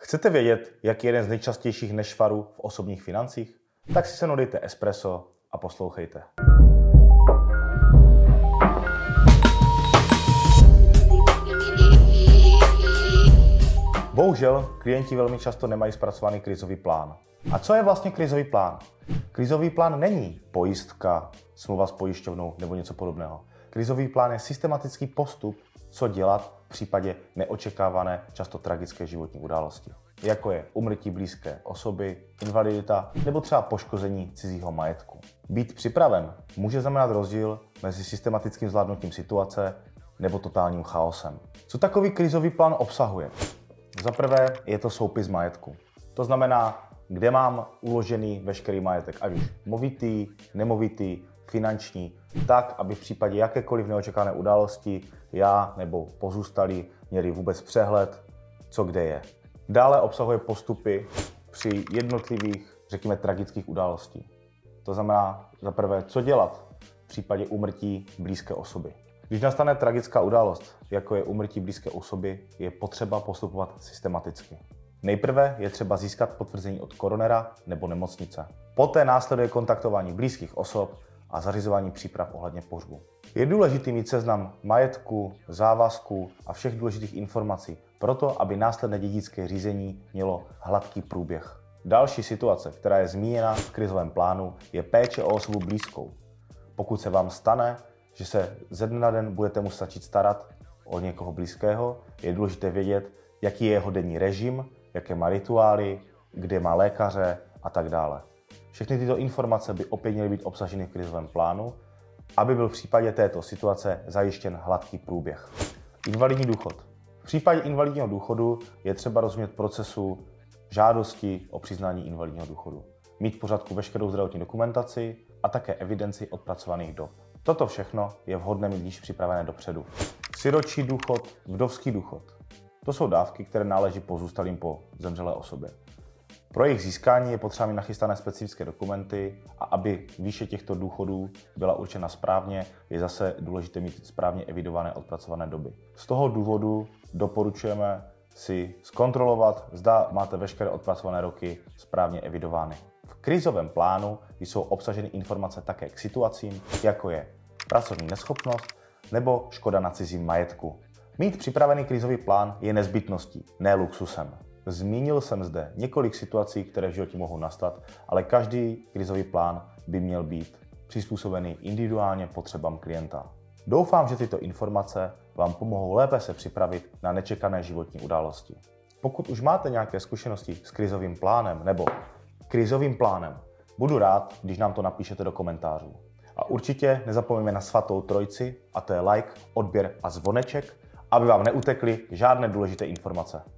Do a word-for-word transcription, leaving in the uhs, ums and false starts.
Chcete vědět, jak je jeden z nejčastějších nešvarů v osobních financích? Tak si se mnou dejte espresso a poslouchejte. Bohužel klienti velmi často nemají zpracovaný krizový plán. A co je vlastně krizový plán? Krizový plán není pojistka, smlouva s pojišťovnou nebo něco podobného. Krizový plán je systematický postup, co dělat v případě neočekávané, často tragické životní události. Jako je úmrtí blízké osoby, invalidita nebo třeba poškození cizího majetku. Být připraven může znamenat rozdíl mezi systematickým zvládnutím situace nebo totálním chaosem. Co takový krizový plán obsahuje? Za prvé je to soupis majetku. To znamená, kde mám uložený veškerý majetek, ať už movitý, nemovitý, finanční, tak, aby v případě jakékoliv neočekávané události já nebo pozůstalí měli vůbec přehled, co kde je. Dále obsahuje postupy při jednotlivých, řekněme, tragických událostí. To znamená, za prvé, co dělat v případě úmrtí blízké osoby. Když nastane tragická událost, jako je úmrtí blízké osoby, je potřeba postupovat systematicky. Nejprve je třeba získat potvrzení od koronera nebo nemocnice. Poté následuje kontaktování blízkých osob a zařizování příprav ohledně pohřbu. Je důležité mít seznam majetku, závazků a všech důležitých informací, proto aby následné dědické řízení mělo hladký průběh. Další situace, která je zmíněna v krizovém plánu, je péče o osobu blízkou. Pokud se vám stane, že se ze dne na den budete muset začít starat o někoho blízkého, je důležité vědět, jaký je jeho denní režim, jaké má rituály, kde má lékaře a tak dále. Všechny tyto informace by opět měly být obsaženy v krizovém plánu, aby byl v případě této situace zajištěn hladký průběh. Invalidní důchod. V případě invalidního důchodu je třeba rozumět procesu žádosti o přiznání invalidního důchodu. Mít v pořádku veškerou zdravotní dokumentaci a také evidenci odpracovaných dob. Toto všechno je vhodné mít již připravené dopředu. Siročí důchod, vdovský důchod. To jsou dávky, které náleží pozůstalým po zemřelé osobě. Pro jejich získání je potřeba mít nachystané specifické dokumenty a aby výše těchto důchodů byla určena správně, je zase důležité mít správně evidované odpracované doby. Z toho důvodu doporučujeme si zkontrolovat, zda máte veškeré odpracované roky správně evidovány. V krizovém plánu jsou obsaženy informace také k situacím, jako je pracovní neschopnost nebo škoda na cizím majetku. Mít připravený krizový plán je nezbytností, ne luxusem. Zmínil jsem zde několik situací, které v životě mohou nastat, ale každý krizový plán by měl být přizpůsobený individuálně potřebám klienta. Doufám, že tyto informace vám pomohou lépe se připravit na nečekané životní události. Pokud už máte nějaké zkušenosti s krizovým plánem nebo krizovým plánem, budu rád, když nám to napíšete do komentářů. A určitě nezapomeňme na svatou trojici, a to je like, odběr a zvoneček, aby vám neutekly žádné důležité informace.